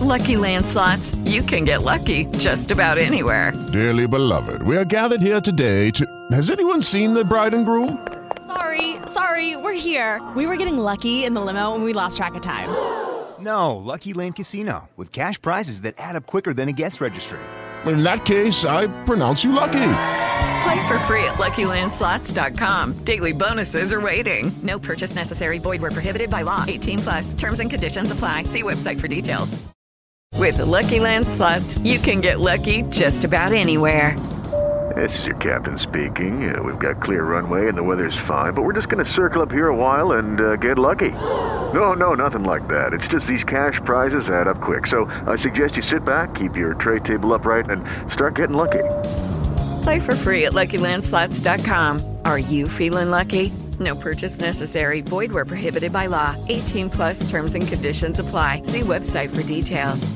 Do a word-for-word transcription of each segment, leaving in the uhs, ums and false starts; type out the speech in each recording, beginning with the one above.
Lucky Land Slots, you can get lucky just about anywhere. Dearly beloved, we are gathered here today to... Has anyone seen the bride and groom? Sorry, sorry, we're here. We were getting lucky in the limo and we lost track of time. No, Lucky Land Casino, with cash prizes that add up quicker than a guest registry. In that case, I pronounce you lucky. Play for free at Lucky Land Slots dot com. Daily bonuses are waiting. No purchase necessary. Void where prohibited by law. eighteen plus. Terms and conditions apply. See website for details. With the Lucky Land Slots, you can get lucky just about anywhere. This is your captain speaking. Uh, we've got clear runway and the weather's fine, but we're just going to circle up here a while and uh, get lucky. No, no, nothing like that. It's just these cash prizes add up quick. So I suggest you sit back, keep your tray table upright, and start getting lucky. Play for free at Lucky Land Slots dot com. Are you feeling lucky? No purchase necessary. Void where prohibited by law. eighteen plus terms and conditions apply. See website for details.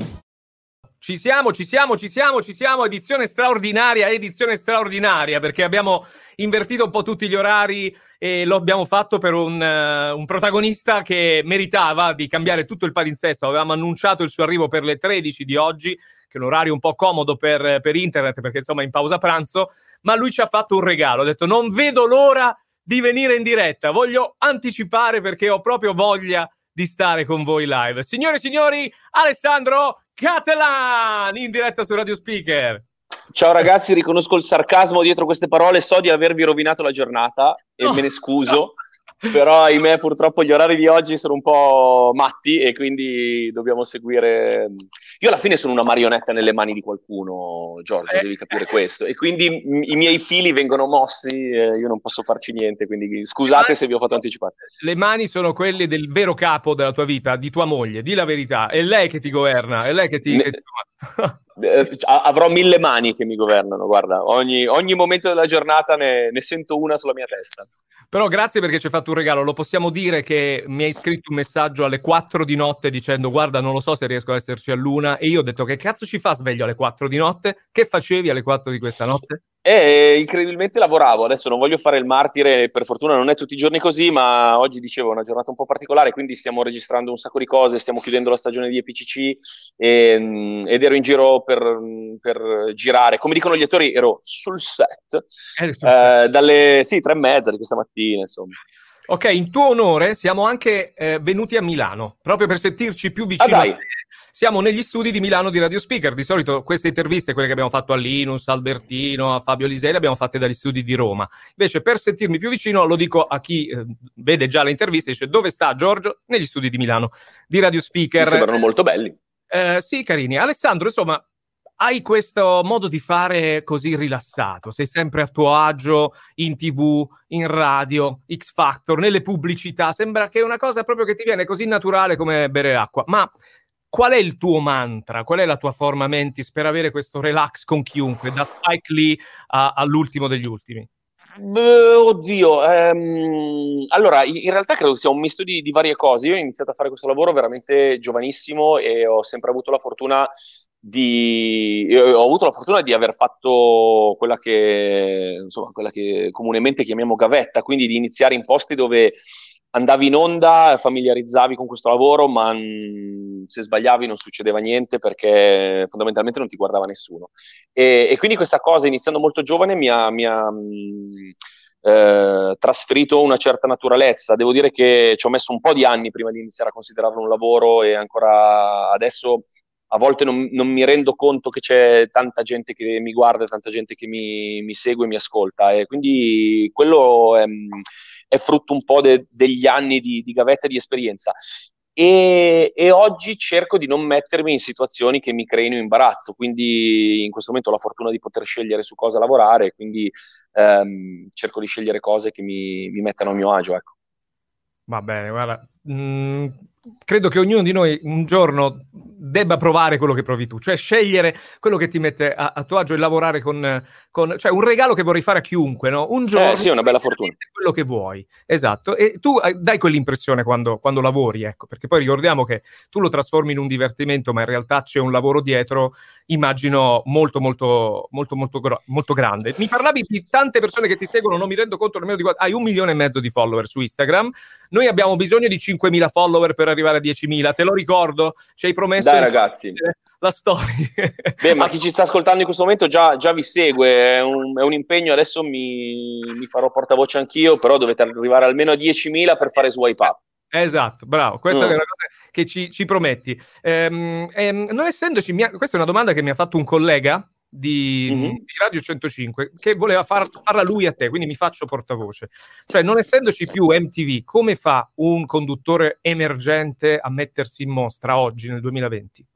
Ci siamo, ci siamo, ci siamo, ci siamo, edizione straordinaria, edizione straordinaria, perché abbiamo invertito un po' tutti gli orari e lo abbiamo fatto per un, uh, un protagonista che meritava di cambiare tutto il palinsesto. Avevamo annunciato il suo arrivo per le tredici di oggi, che è un orario un po' comodo per, per internet, perché insomma in pausa pranzo, ma lui ci ha fatto un regalo, ha detto non vedo l'ora di venire in diretta, voglio anticipare perché ho proprio voglia di stare con voi live. Signore e signori, Alessandro Cattelan in diretta su Radio Speaker. Ciao ragazzi, riconosco il sarcasmo dietro queste parole, so di avervi rovinato la giornata e no, me ne scuso, no. Però ahimè purtroppo gli orari di oggi sono un po' matti e quindi dobbiamo seguire... Io alla fine sono una marionetta nelle mani di qualcuno, Giorgio, eh. devi capire questo, e quindi m- i miei fili vengono mossi e io non posso farci niente, quindi scusate mani, se vi ho fatto anticipare. Le mani sono quelle del vero capo della tua vita, di tua moglie, di la verità, è lei che ti governa, è lei che ti... Ne... Eh, avrò mille mani che mi governano, guarda, ogni, ogni momento della giornata ne, ne sento una sulla mia testa. Però grazie perché ci hai fatto un regalo, lo possiamo dire che mi hai scritto un messaggio alle quattro di notte dicendo guarda non lo so se riesco a esserci all'una, e io ho detto che cazzo ci fa sveglio alle quattro di notte? Che facevi alle quattro di questa notte? E incredibilmente lavoravo, adesso non voglio fare il martire, per fortuna non è tutti i giorni così, ma oggi dicevo è una giornata un po' particolare, quindi stiamo registrando un sacco di cose, stiamo chiudendo la stagione di E P C C e, ed ero in giro per, per girare, come dicono gli attori ero sul set, eh, sul set. Eh, dalle sì, tre e mezza di questa mattina insomma. Ok, in tuo onore siamo anche eh, venuti a Milano, proprio per sentirci più vicino ah, a te. Siamo negli studi di Milano di Radio Speaker. Di solito queste interviste, quelle che abbiamo fatto a Linus, Albertino, a Fabio Lisei, le abbiamo fatte dagli studi di Roma. Invece per sentirmi più vicino lo dico a chi eh, vede già le interviste, dice dove sta Giorgio? Negli studi di Milano di Radio Speaker. Mi sembrano molto belli. Eh, sì, carini. Alessandro, insomma, hai questo modo di fare così rilassato, sei sempre a tuo agio in tivù, in radio, X Factor, nelle pubblicità, sembra che è una cosa proprio che ti viene così naturale come bere acqua. Ma qual è il tuo mantra? Qual è la tua forma mentis per avere questo relax con chiunque, da Spike Lee a, all'ultimo degli ultimi? Uh, oddio, um, allora in, in realtà credo che sia un misto di, di varie cose. Io ho iniziato a fare questo lavoro veramente giovanissimo e ho sempre avuto la fortuna di ho avuto la fortuna di aver fatto quella che insomma quella che comunemente chiamiamo gavetta, quindi di iniziare in posti dove andavi in onda, familiarizzavi con questo lavoro, ma mh, se sbagliavi non succedeva niente perché fondamentalmente non ti guardava nessuno. E, e quindi questa cosa, iniziando molto giovane, mi ha, mi ha mh, eh, trasferito una certa naturalezza. Devo dire che ci ho messo un po' di anni prima di iniziare a considerarlo un lavoro e ancora adesso a volte non, non mi rendo conto che c'è tanta gente che mi guarda, tanta gente che mi, mi segue e mi ascolta. E quindi quello è... è frutto un po' de- degli anni di, di gavetta e di esperienza e, e oggi cerco di non mettermi in situazioni che mi creino imbarazzo, quindi in questo momento ho la fortuna di poter scegliere su cosa lavorare, quindi ehm, cerco di scegliere cose che mi, mi mettano a mio agio, ecco. Va bene, guarda, mm, credo che ognuno di noi un giorno debba provare quello che provi tu, cioè scegliere quello che ti mette a, a tuo agio e lavorare con, con, cioè un regalo che vorrei fare a chiunque, no? Un giorno eh, sì, una bella fortuna. Quello che vuoi, esatto, e tu dai quell'impressione quando, quando lavori, ecco, perché poi ricordiamo che tu lo trasformi in un divertimento, ma in realtà c'è un lavoro dietro, immagino molto molto molto molto, gro- molto grande. Mi parlavi di tante persone che ti seguono, non mi rendo conto nemmeno di quanto, hai un milione e mezzo di follower su Instagram. Noi abbiamo bisogno di cinquemila follower per arrivare a diecimila, te lo ricordo, ci hai promesso dai, ragazzi. La storia. Beh, ma chi ci sta ascoltando in questo momento già, già vi segue, è un, è un impegno, adesso mi, mi farò portavoce anch'io, però dovete arrivare almeno a diecimila per fare swipe up. Esatto, bravo, questa Mm. è una cosa che ci, ci prometti. Ehm, ehm, non essendoci, mi ha- questa è una domanda che mi ha fatto un collega di, Mhm. di Radio centocinque che voleva far- farla lui a te, quindi mi faccio portavoce. Cioè, non essendoci più M T V, come fa un conduttore emergente a mettersi in mostra oggi, nel duemilaventi?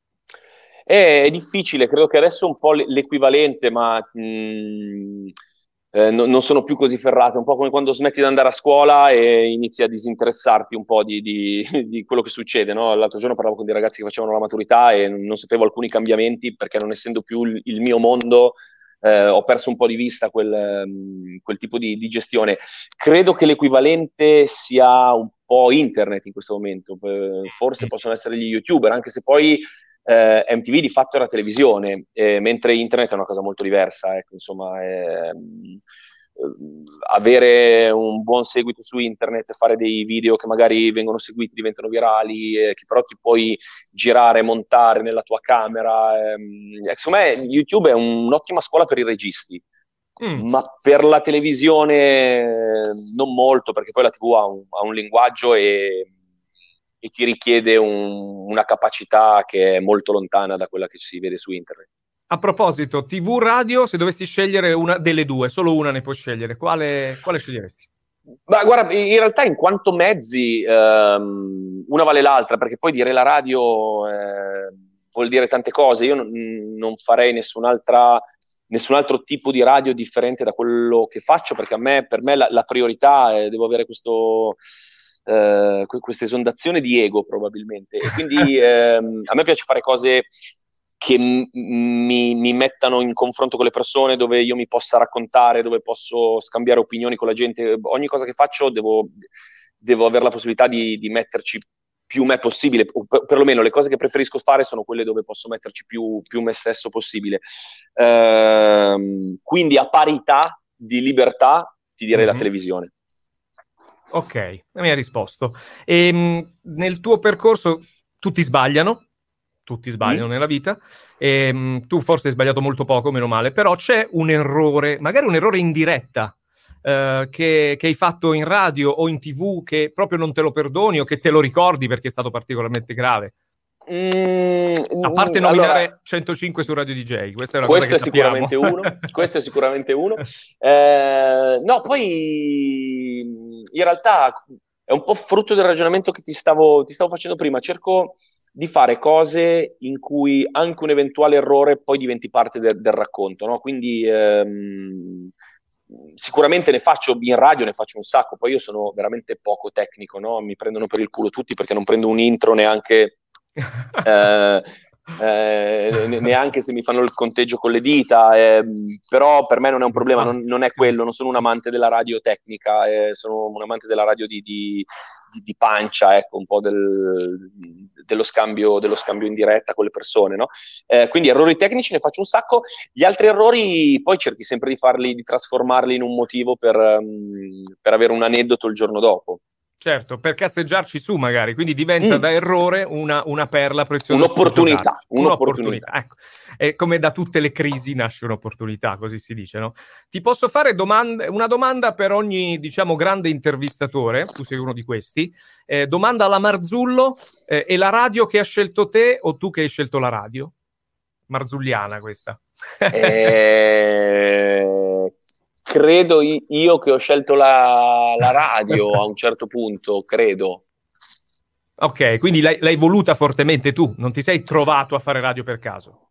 È, è difficile, credo che adesso un po' l- l'equivalente, ma mh, eh, no- non sono più così ferrate, un po' come quando smetti di andare a scuola e inizi a disinteressarti un po' di, di- di quello che succede, no? L'altro giorno parlavo con dei ragazzi che facevano la maturità e non sapevo alcuni cambiamenti perché non essendo più il, il mio mondo, eh, ho perso un po' di vista quel, ehm, quel tipo di, di gestione. Credo che l'equivalente sia un po' internet in questo momento, eh, forse possono essere gli YouTuber, anche se poi eh, M T V di fatto era televisione, eh, mentre internet è una cosa molto diversa, ecco, insomma, ehm, eh, avere un buon seguito su internet, fare dei video che magari vengono seguiti, diventano virali, eh, che però ti puoi girare, montare nella tua camera. Ehm, eh, secondo me YouTube è un'ottima scuola per i registi, Mm. ma per la televisione eh, non molto, perché poi la tivù ha un, ha un linguaggio e, e ti richiede un- una capacità che è molto lontana da quella che si vede su internet. A proposito, T V, radio, se dovessi scegliere una delle due, solo una ne puoi scegliere, quale, quale sceglieresti? Ma guarda, in realtà in quanto mezzi ehm, una vale l'altra, perché poi dire la radio eh, vuol dire tante cose. Io non, non farei nessun'altra, nessun altro tipo di radio differente da quello che faccio, perché a me, per me la, la priorità è, devo avere questo, eh, que- questa esondazione di ego probabilmente. E quindi ehm, a me piace fare cose che m- mi, mi mettano in confronto con le persone, dove io mi possa raccontare, dove posso scambiare opinioni con la gente. Ogni cosa che faccio devo, devo avere la possibilità di, di metterci più me possibile, o per, perlomeno le cose che preferisco fare sono quelle dove posso metterci più, più me stesso possibile. Ehm, quindi a parità di libertà ti direi Mhm. la televisione. Ok, mi hai risposto. E, nel tuo percorso tutti sbagliano, tutti sbagliano Mm? nella vita, e, mh, tu forse hai sbagliato molto poco, meno male, però c'è un errore, magari un errore in diretta, eh, che, che hai fatto in radio o in tivù che proprio non te lo perdoni o che te lo ricordi perché è stato particolarmente grave. Mm, A parte mm, nominare allora, centocinque su Radio D J, questa è una cosa questo che è sappiamo. sicuramente uno, questo è sicuramente uno. Eh, no, poi in realtà è un po' frutto del ragionamento che ti stavo, ti stavo facendo prima. Cerco di fare cose in cui anche un eventuale errore poi diventi parte del, del racconto, no? Quindi ehm, sicuramente ne faccio in radio, ne faccio un sacco. Poi io sono veramente poco tecnico, no? Mi prendono per il culo tutti perché non prendo un intro neanche. Eh, eh, neanche se mi fanno il conteggio con le dita, eh, però per me non è un problema, non, non è quello, non sono un amante della radio tecnica, eh, sono un amante della radio di, di, di, di pancia, ecco, un po' del, dello, scambio, dello scambio in diretta con le persone, no? Eh, quindi errori tecnici ne faccio un sacco, gli altri errori poi cerchi sempre di farli, di trasformarli in un motivo per, um, per avere un aneddoto il giorno dopo. Certo, per cazzeggiarci su magari, quindi diventa Mm. da errore una, una perla preziosa. Un'opportunità, su cui giocare. un'opportunità. Ecco. E come da tutte le crisi nasce un'opportunità, così si dice, no? Ti posso fare domande, una domanda per ogni, diciamo, grande intervistatore, tu sei uno di questi. Eh, domanda alla Marzullo, eh, è la radio che ha scelto te o tu che hai scelto la radio? Marzulliana questa. Eh, credo io che ho scelto la, la radio a un certo punto, credo. Ok, quindi l'hai, l'hai voluta fortemente tu, non ti sei trovato a fare radio per caso?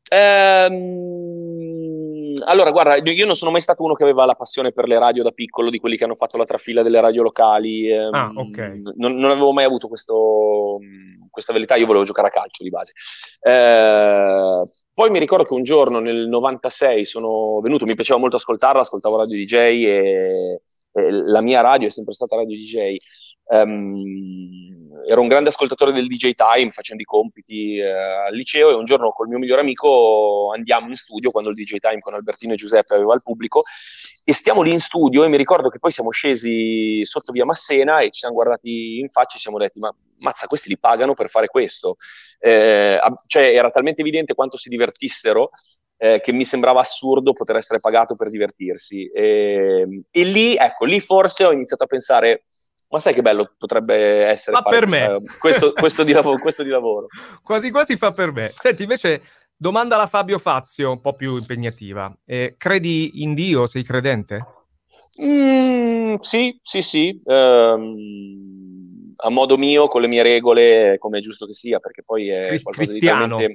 Ehm, allora, guarda, io non sono mai stato uno che aveva la passione per le radio da piccolo, di quelli che hanno fatto la trafila delle radio locali. ehm, Ah, ok. non, non avevo mai avuto questo, questa velleità, io volevo giocare a calcio di base. Eh, poi mi ricordo che un giorno nel novantasei sono venuto, mi piaceva molto ascoltarla, ascoltavo Radio D J e, e la mia radio è sempre stata Radio D J. Um, ero un grande ascoltatore del D J Time facendo i compiti uh, al liceo, e un giorno col mio migliore amico andiamo in studio quando il D J Time con Albertino e Giuseppe aveva il pubblico, e stiamo lì in studio, e mi ricordo che poi siamo scesi sotto via Massena e ci siamo guardati in faccia e ci siamo detti: ma mazza, questi li pagano per fare questo? Eh, cioè era talmente evidente quanto si divertissero, eh, che mi sembrava assurdo poter essere pagato per divertirsi, e, e lì, ecco, lì forse ho iniziato a pensare: ma sai che bello potrebbe essere ma fare per questa, me. questo, questo, di lavoro, questo di lavoro. Quasi quasi fa per me. Senti, invece, domanda alla Fabio Fazio, un po' più impegnativa. Eh, credi in Dio? Sei credente? Mm, sì, sì, sì. Um, a modo mio, con le mie regole, come è giusto che sia, perché poi è Cri- qualcosa cristiano. di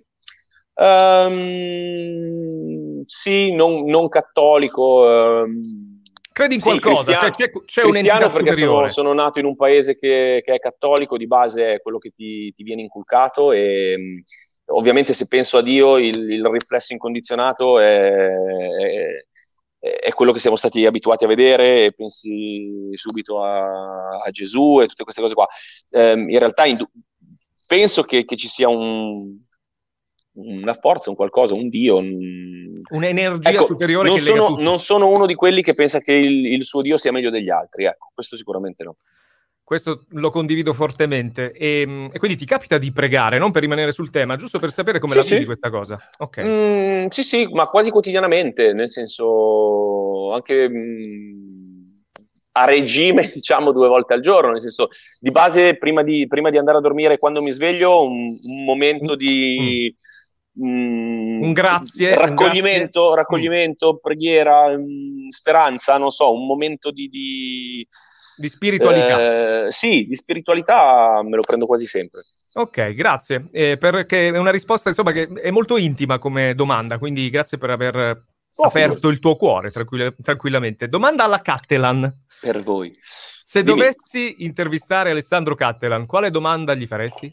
talmente... Um, sì, non, non cattolico... Um, Credi in Sì, qualcosa? Cioè, c'è, c'è un'entità cristiano perché sono, superiore. sono nato in un paese che, che è cattolico, di base è quello che ti, ti viene inculcato, e mh, ovviamente se penso a Dio il, il riflesso incondizionato è, è, è quello che siamo stati abituati a vedere, e pensi subito a, a Gesù e tutte queste cose qua. Um, in realtà in, penso che, che ci sia un... una forza, un qualcosa, un Dio, un... un'energia ecco, superiore non che lega sono, tutti. non sono uno di quelli che pensa che il, il suo Dio sia meglio degli altri, ecco, questo sicuramente no. Questo lo condivido fortemente. E, e quindi ti capita di pregare, non per rimanere sul tema, giusto per sapere come Sì, la vivi sì. questa cosa. Ok. Mm, sì, sì, ma quasi quotidianamente, nel senso anche mm, a regime, diciamo, due volte al giorno, nel senso, di base, prima di, prima di andare a dormire, quando mi sveglio, un, un momento di... Mm. Mm, un grazie, raccoglimento, un grazie. raccoglimento, preghiera, mh, speranza, non so, un momento di, di, di spiritualità. Eh, sì, di spiritualità me lo prendo quasi sempre. Ok, grazie, eh, perché è una risposta, insomma, che è molto intima come domanda, quindi grazie per aver oh, aperto il tuo cuore tranquill- tranquillamente. Domanda alla Cattelan. Per voi. Se Dimmi. dovessi intervistare Alessandro Cattelan, quale domanda gli faresti?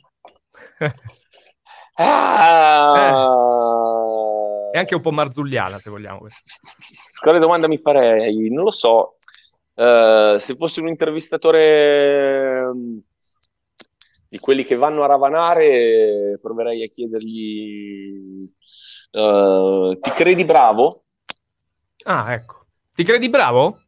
Ah, eh. È anche un po' marzulliana, se vogliamo. Quale domanda mi farei? Non lo so. Uh, se fossi un intervistatore um, di quelli che vanno a ravanare, proverei a chiedergli: uh, ti credi bravo? Ah, ecco. Ti credi bravo?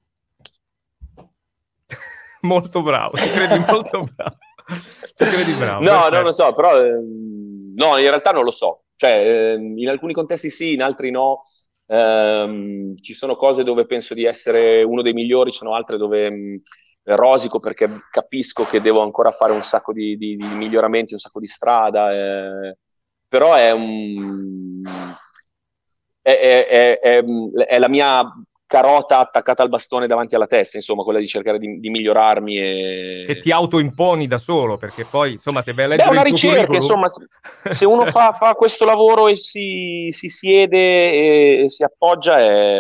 Molto bravo. Ti credi molto bravo. Ti credi bravo? No, perfetto. non lo so, però ehm, no, in realtà non lo so. Cioè, ehm, in alcuni contesti sì, in altri no. Ehm, ci sono cose dove penso di essere uno dei migliori, ci sono altre dove mh, rosico perché capisco che devo ancora fare un sacco di, di, di miglioramenti, un sacco di strada. Eh, però è un è, è, è, è, è la mia carota attaccata al bastone davanti alla testa, insomma, quella di cercare di, di migliorarmi e... che ti autoimponi da solo, perché poi, insomma, se vai a leggere Beh, una il tuo ricerca, curriculum... insomma, se uno fa, fa questo lavoro e si, si siede e, e si appoggia è,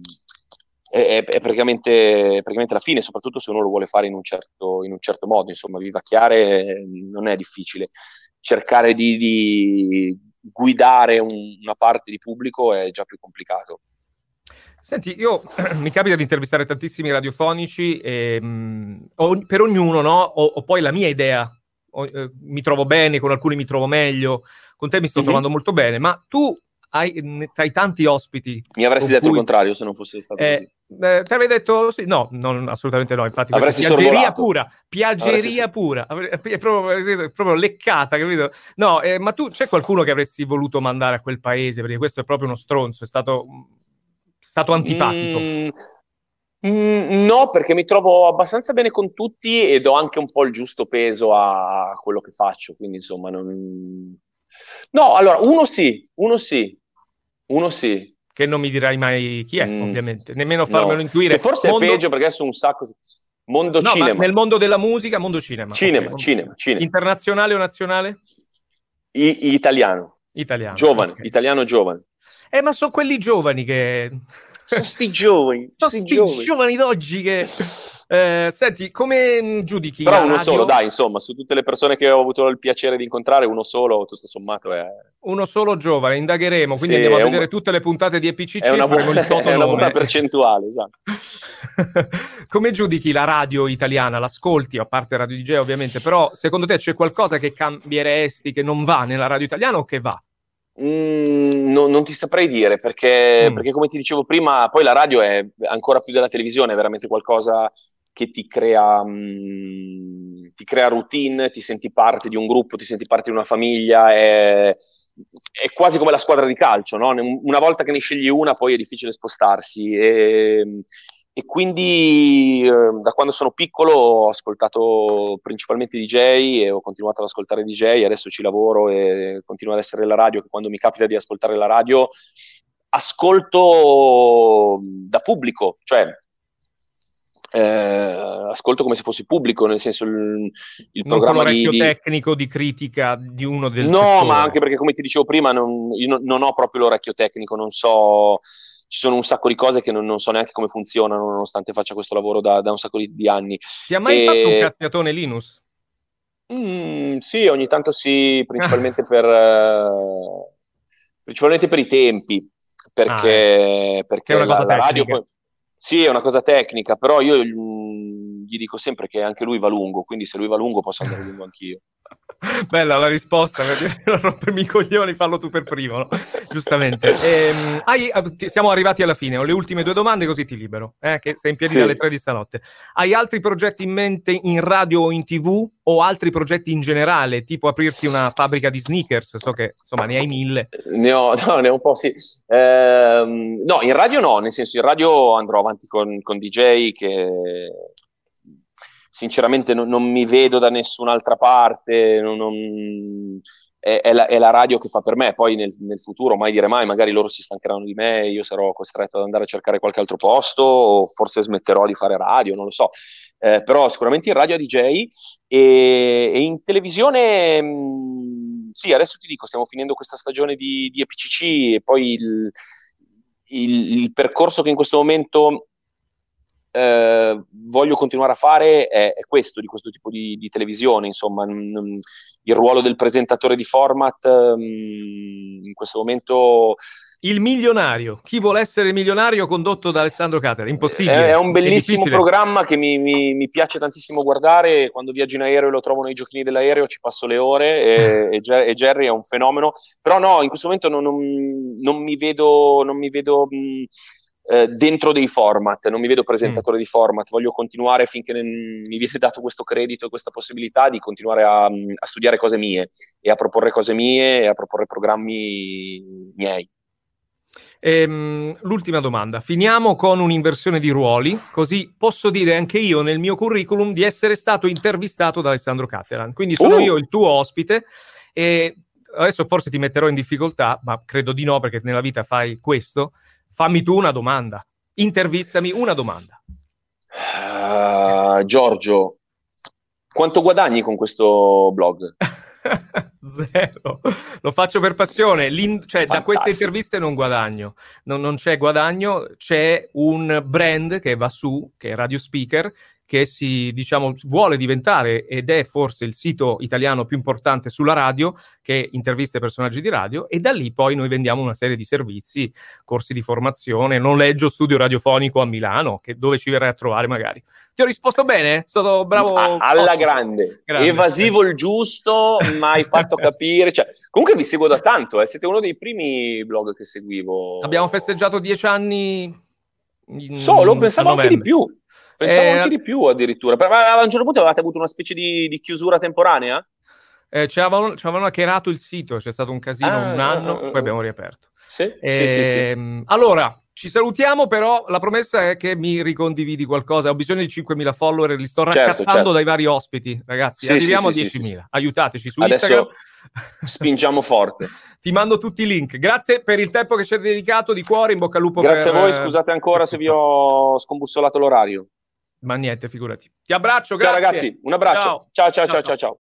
è, è, praticamente, è praticamente la fine, soprattutto se uno lo vuole fare in un certo, in un certo modo, insomma, vivacchiare non è difficile. Cercare di, di guidare un, una parte di pubblico è già più complicato. Senti, io mi capita di intervistare tantissimi radiofonici e mh, o, per ognuno, no? Ho, ho poi la mia idea. O, eh, mi trovo bene, con alcuni mi trovo meglio, con te mi sto mm-hmm. trovando molto bene, ma tu hai, hai tanti ospiti. Mi avresti detto cui, il contrario se non fosse stato eh, così. Eh, te avevi detto sì? No, non, assolutamente no. Infatti, avresti piaggeria sorvolato. pura, piaggeria avresti... pura, è proprio, è proprio leccata, capito? No, eh, ma tu c'è qualcuno che avresti voluto mandare a quel paese? Perché questo è proprio uno stronzo, è stato... stato antipatico? Mm, mm, no, perché mi trovo abbastanza bene con tutti e do anche un po' il giusto peso a quello che faccio, quindi insomma non... No, allora, uno sì, uno sì, uno sì. Che non mi dirai mai chi è, mm, ovviamente, nemmeno farmelo no. intuire. Che forse mondo... è peggio perché adesso un sacco di... Mondo no, cinema. Ma nel mondo della musica, mondo cinema. Cinema, okay, cinema, cinema. Internazionale o nazionale? I, italiano. Italiano. Giovane, okay. Italiano giovane. Eh, ma sono quelli giovani che... Sono sti giovani. Sono sti giovani. giovani d'oggi che... Eh, senti, come giudichi Però la uno radio? solo, dai, insomma, su tutte le persone che ho avuto il piacere di incontrare, uno solo, tutto sommato, è... Uno solo giovane, indagheremo, quindi Sì, andiamo a è un- vedere tutte le puntate di E P C C è e una, faremo buona, il toto è una buona nome. percentuale, esatto. Come giudichi la radio italiana? L'ascolti, a parte Radio D J ovviamente, però secondo te c'è qualcosa che cambieresti, che non va nella radio italiana o che va? Mm, no- non ti saprei dire perché, Mm. perché, come ti dicevo prima, poi la radio è ancora più della televisione, è veramente qualcosa che ti crea, mm, ti crea routine, ti senti parte di un gruppo, ti senti parte di una famiglia, è, è quasi come la squadra di calcio, no? Una volta che ne scegli una, poi è difficile spostarsi. E, e quindi eh, da quando sono piccolo ho ascoltato principalmente D J e ho continuato ad ascoltare D J, adesso ci lavoro e continuo ad essere la radio, che quando mi capita di ascoltare la radio ascolto da pubblico, cioè eh, ascolto come se fossi pubblico, nel senso il, il Non con programma di, l'orecchio di... tecnico di critica di uno del No, settore. ma anche perché, come ti dicevo prima, non, io non, non ho proprio l'orecchio tecnico, non so, ci sono un sacco di cose che non, non so neanche come funzionano, nonostante faccia questo lavoro da, da un sacco di, di anni. Ti ha mai E- fatto un cazziatone Linus? Mm, sì, ogni tanto sì, principalmente per, eh, principalmente per i tempi, perché, perché Che è una la, cosa la radio tecnica. poi- sì, è una cosa tecnica, però io mm, gli dico sempre che anche lui va lungo, quindi se lui va lungo posso andare lungo anch'io. Bella la risposta, per dire, non rompermi i coglioni, fallo tu per primo, no? Giustamente. Ehm, hai- siamo arrivati alla fine, ho le ultime due domande così ti libero, eh, che sei in piedi Sì. dalle tre di stanotte. Hai altri progetti in mente in radio o in tv o altri progetti in generale, tipo aprirti una fabbrica di sneakers? So che insomma ne hai mille. Ne ho, no, ne ho un po', sì. Ehm, no, in radio no, nel senso in radio andrò avanti con, con D J che sinceramente non, non mi vedo da nessun'altra parte, non- non- è, è la, è la radio che fa per me, poi nel, nel futuro mai dire mai, magari loro si stancheranno di me, io sarò costretto ad andare a cercare qualche altro posto o forse smetterò di fare radio, non lo so. Eh, però sicuramente in radio a D J e, e in televisione mh, sì, adesso ti dico, stiamo finendo questa stagione di, di E P C C e poi il, il- il percorso che in questo momento eh, voglio continuare a fare è, è questo, di questo tipo di, di televisione, insomma, n- n- il ruolo del presentatore di format mh, in questo momento Il milionario. Chi vuole essere milionario condotto da Alessandro Catera? Impossibile. è, è un bellissimo difficile. programma che mi, mi- mi piace tantissimo guardare. Quando viaggio in aereo e lo trovo nei giochini dell'aereo ci passo le ore e, e, Ge- e Jerry è un fenomeno. Però no, in questo momento non, non- non mi vedo, non mi vedo mh, eh, dentro dei format, non mi vedo presentatore di format. Voglio continuare finché ne- mi viene dato questo credito e questa possibilità di continuare a, a studiare cose mie e a proporre cose mie e a proporre programmi miei. Ehm, l'ultima domanda. Finiamo con un'inversione di ruoli, così posso dire anche io nel mio curriculum di essere stato intervistato da Alessandro Cattelan. Quindi sono Uh! io il tuo ospite e adesso forse ti metterò in difficoltà, ma credo di no perché nella vita fai questo. Fammi tu una domanda. Intervistami una domanda. Uh, Giorgio, quanto guadagni con questo blog? Zero. Lo faccio per passione. L'in- cioè, da queste Fantastico. interviste non guadagno. Non, non c'è guadagno, c'è un brand che va su, che è Radio Speaker, che si, diciamo, vuole diventare ed è forse il sito italiano più importante sulla radio, che intervista i personaggi di radio, e da lì poi noi vendiamo una serie di servizi, corsi di formazione, noleggio studio radiofonico a Milano, che dove ci verrai a trovare magari. Ti ho risposto bene? Sono bravo? A- alla Ottimo. grande. Grande. Evasivo il giusto, ma hai fatto capire. Cioè, comunque vi seguo da tanto, eh. Siete uno dei primi blog che seguivo. Abbiamo festeggiato dieci anni in- Solo, a pensavo anche di novembre. più. Pensavo Eh, anche di più addirittura. Ma ma a un certo punto avevate avuto una specie di, di chiusura temporanea? Eh, ci avevano, ci avevano hackerato il sito, c'è stato un casino Ah, un anno, ah, ah, poi abbiamo riaperto. Sì, sì, sì, sì. Ehm, Allora, ci salutiamo, però la promessa è che mi ricondividi qualcosa. Ho bisogno di cinquemila follower, li sto Certo, raccattando certo. dai vari ospiti, ragazzi. Sì, Arriviamo sì, a sì, sì, diecimila. Aiutateci su Adesso Instagram. spingiamo forte. Ti mando tutti i link. Grazie per il tempo che ci hai dedicato, di cuore, in bocca al lupo. Grazie per, a voi, eh, scusate ancora per se vi tutto. ho scombussolato l'orario. Ma niente, figurati. Ti abbraccio, Ciao grazie. ragazzi, un abbraccio. Ciao. Ciao, ciao, Ciao, ciao, ciao, ciao.